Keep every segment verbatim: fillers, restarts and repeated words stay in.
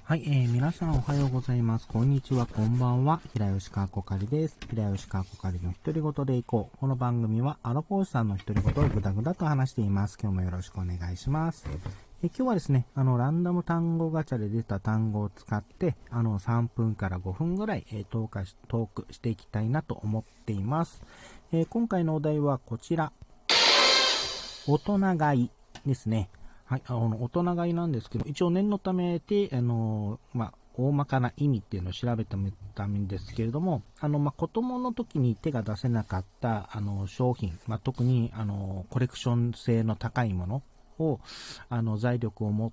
はい、えー、皆さんおはようございます。こんにちは、こんばんは。平吉川こかりです。平吉川こかりの独り言でいこう。この番組はアラフォーさんの独り言をぐだぐだと話しています。今日もよろしくお願いします。えー、今日はですね、あの、ランダム単語ガチャで出た単語を使って、あの、さんぷんからごふんぐらい、えー、トークし、トークしていきたいなと思っています。えー、今回のお題はこちら。大人買いですね。はい、あの、大人買いなんですけど、一応念のためで、あの、まあ、大まかな意味っていうのを調べてみたんですけれども、あの、まあ、子供の時に手が出せなかった、あの、商品、まあ、特に、あの、コレクション性の高いものを、あの、財力を持って、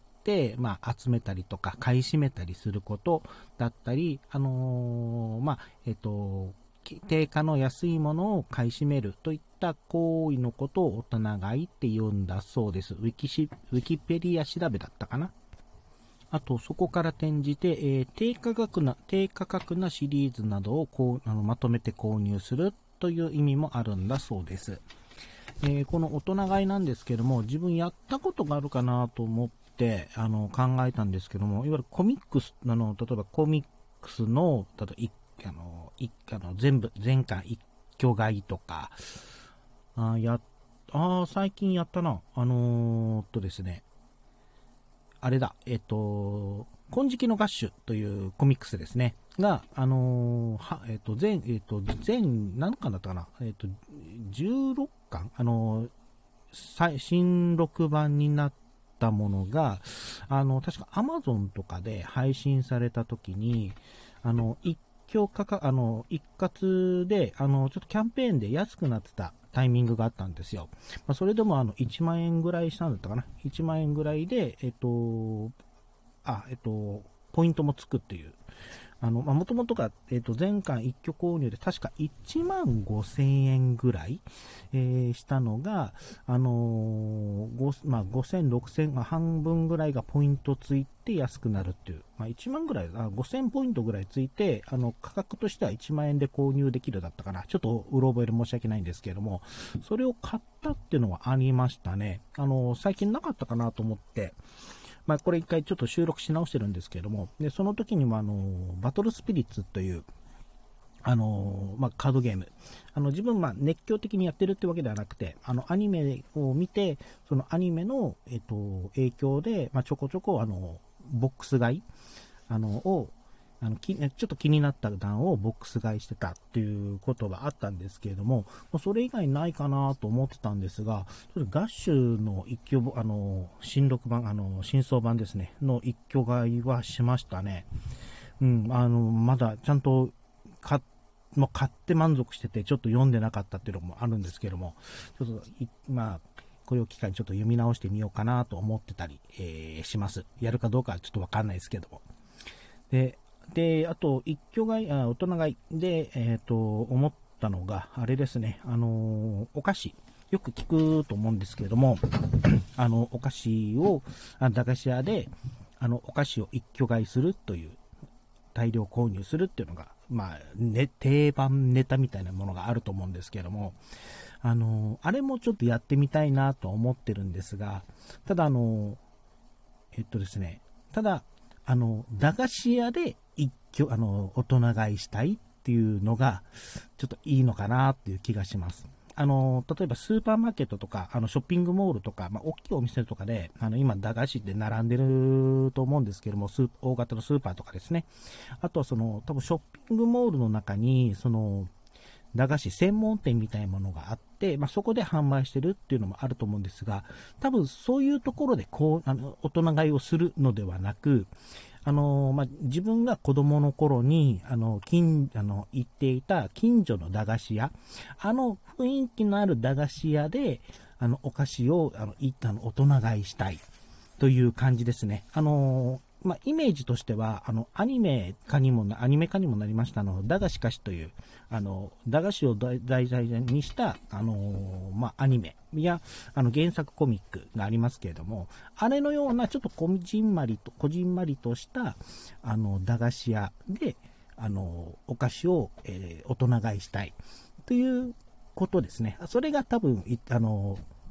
まあ、集めたりとか、買い占めたりすることだったり、あのーまあ、えっと、定価の安いものを買い占めるといった行為のことを大人買いって言うんだそうです。ウィキシ、ウィキペディア調べだったかな。あと、そこから転じて、えー、低価格な、低価格なシリーズなどをこうあのまとめて購入するという意味もあるんだそうです。えー、この大人買いなんですけども、自分やったことがあるかなと思ってあの考えたんですけども、いわゆるコミックス、あの例えばコミックスの、例えばあのいあの全部、全巻一挙買いとか、あやあ最近やったな。あのー、っとですね、あれだ、えっと、金色のガッシュというコミックスですね。が、あのー、は、えっと、全、えっと、全、何巻だったかなえっと、じゅうろっかんあのー、新録版になったものが、あの、確か Amazon とかで配信された時に、あの、一挙価格、あの、一括で、あの、ちょっとキャンペーンで安くなってたタイミングがあったんですよ。まあ、それでもあのいちまんえんぐらいしたんだったかな。いちまんえんぐらいで、えっと、あ、えっと、ポイントもつくっていう。あの、まあ、もともとが、えっと、全巻一挙購入で確かいちまんごせんえんぐらい、えー、したのが、あのー、まあ、ごせん、ろくせん、まあ、半分ぐらいがポイントついて安くなるっていう。まあ、いちまんぐらい、あごせんポイントぐらいついて、あの、価格としてはいちまんえんで購入できるだったかな。ちょっとうろ覚えで申し訳ないんですけれども、それを買ったっていうのはありましたね。あのー、最近なかったかなと思って、まあ、これ一回ちょっと収録し直してるんですけれども、で、その時にもあの、バトルスピリッツという、あの、まあ、カードゲーム。あの、自分、まあ、熱狂的にやってるってわけではなくて、あの、アニメを見て、そのアニメの、えっと、影響で、まあ、ちょこちょこ、あの、ボックス買い、あの、を、あのきちょっと気になった段をボックス買いしてたっていうことがあったんですけれども、それ以外ないかなと思ってたんですが、ガッシュの一挙、あの、新録版、あの、新装版ですね、の一挙買いはしましたね。うん、あの、まだちゃんと買っもう買って満足してて、ちょっと読んでなかったっていうのもあるんですけども、ちょっと、まあ、これを機会にちょっと読み直してみようかなと思ってたり、えー、します。やるかどうかはちょっとわかんないですけども。で、で、あと、一挙買い、あ大人買いで、えっ、ー、と、思ったのが、あれですね、あのー、お菓子。よく聞くと思うんですけれども、あの、お菓子を、あ駄菓子屋で、あの、お菓子を一挙買いするという、大量購入するっていうのが、まあ、ね、定番ネタみたいなものがあると思うんですけれども、あの、あれもちょっとやってみたいなと思ってるんですが、ただあの、えっとですね、ただ、あの、駄菓子屋で一挙、あの、大人買いしたいっていうのが、ちょっといいのかなっていう気がします。あの、例えばスーパーマーケットとか、あの、ショッピングモールとか、まあ、大きいお店とかで、あの、今、駄菓子って並んでると思うんですけども、スー大型のスーパーとかですね。あとはその、多分ショッピングモールの中に、その、駄菓子専門店みたいなものがあって、まあ、そこで販売してるっていうのもあると思うんですが、多分そういうところでこう、あの、大人買いをするのではなく、あのまあ、自分が子供の頃に、あの、近、あの、行っていた近所の駄菓子屋、あの雰囲気のある駄菓子屋で、あの、お菓子を、あの、いあの大人買いしたいという感じですね。あのまあ、イメージとしては、あの、アニメ化にもな、アニメ化にもなりましたあの、だがしかしという、あの、駄菓子を題材にした、あのまあ、アニメや、あの、原作コミックがありますけれども、あれのような、ちょっとこじんまりと、こじんまりとした、あの、駄菓子屋で、あの、お菓子を、えー、大人買いしたいということですね。それが多分、あの、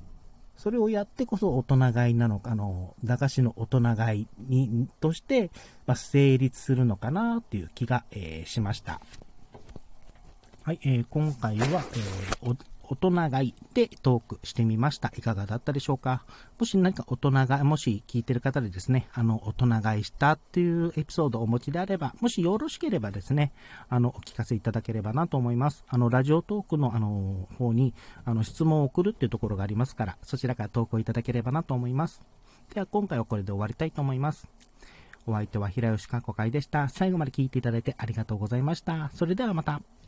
それをやってこそ大人買いなのか、あの、駄菓子の大人買いに、として、まあ、成立するのかなっていう気が、えー、しました。はい、えー、今回は、えー、大人買いでトークしてみました。いかがだったでしょうか。もし何か大人買い、もし聞いてる方でですね、あの、大人買いしたっていうエピソードをお持ちであれば、もしよろしければですね、あの、お聞かせいただければなと思います。あの、ラジオトークの、あの、方に、あの、質問を送るっていうところがありますから、そちらから投稿いただければなと思います。では、今回はこれで終わりたいと思います。お相手は平吉かこかいでした。最後まで聞いていただいてありがとうございました。それではまた。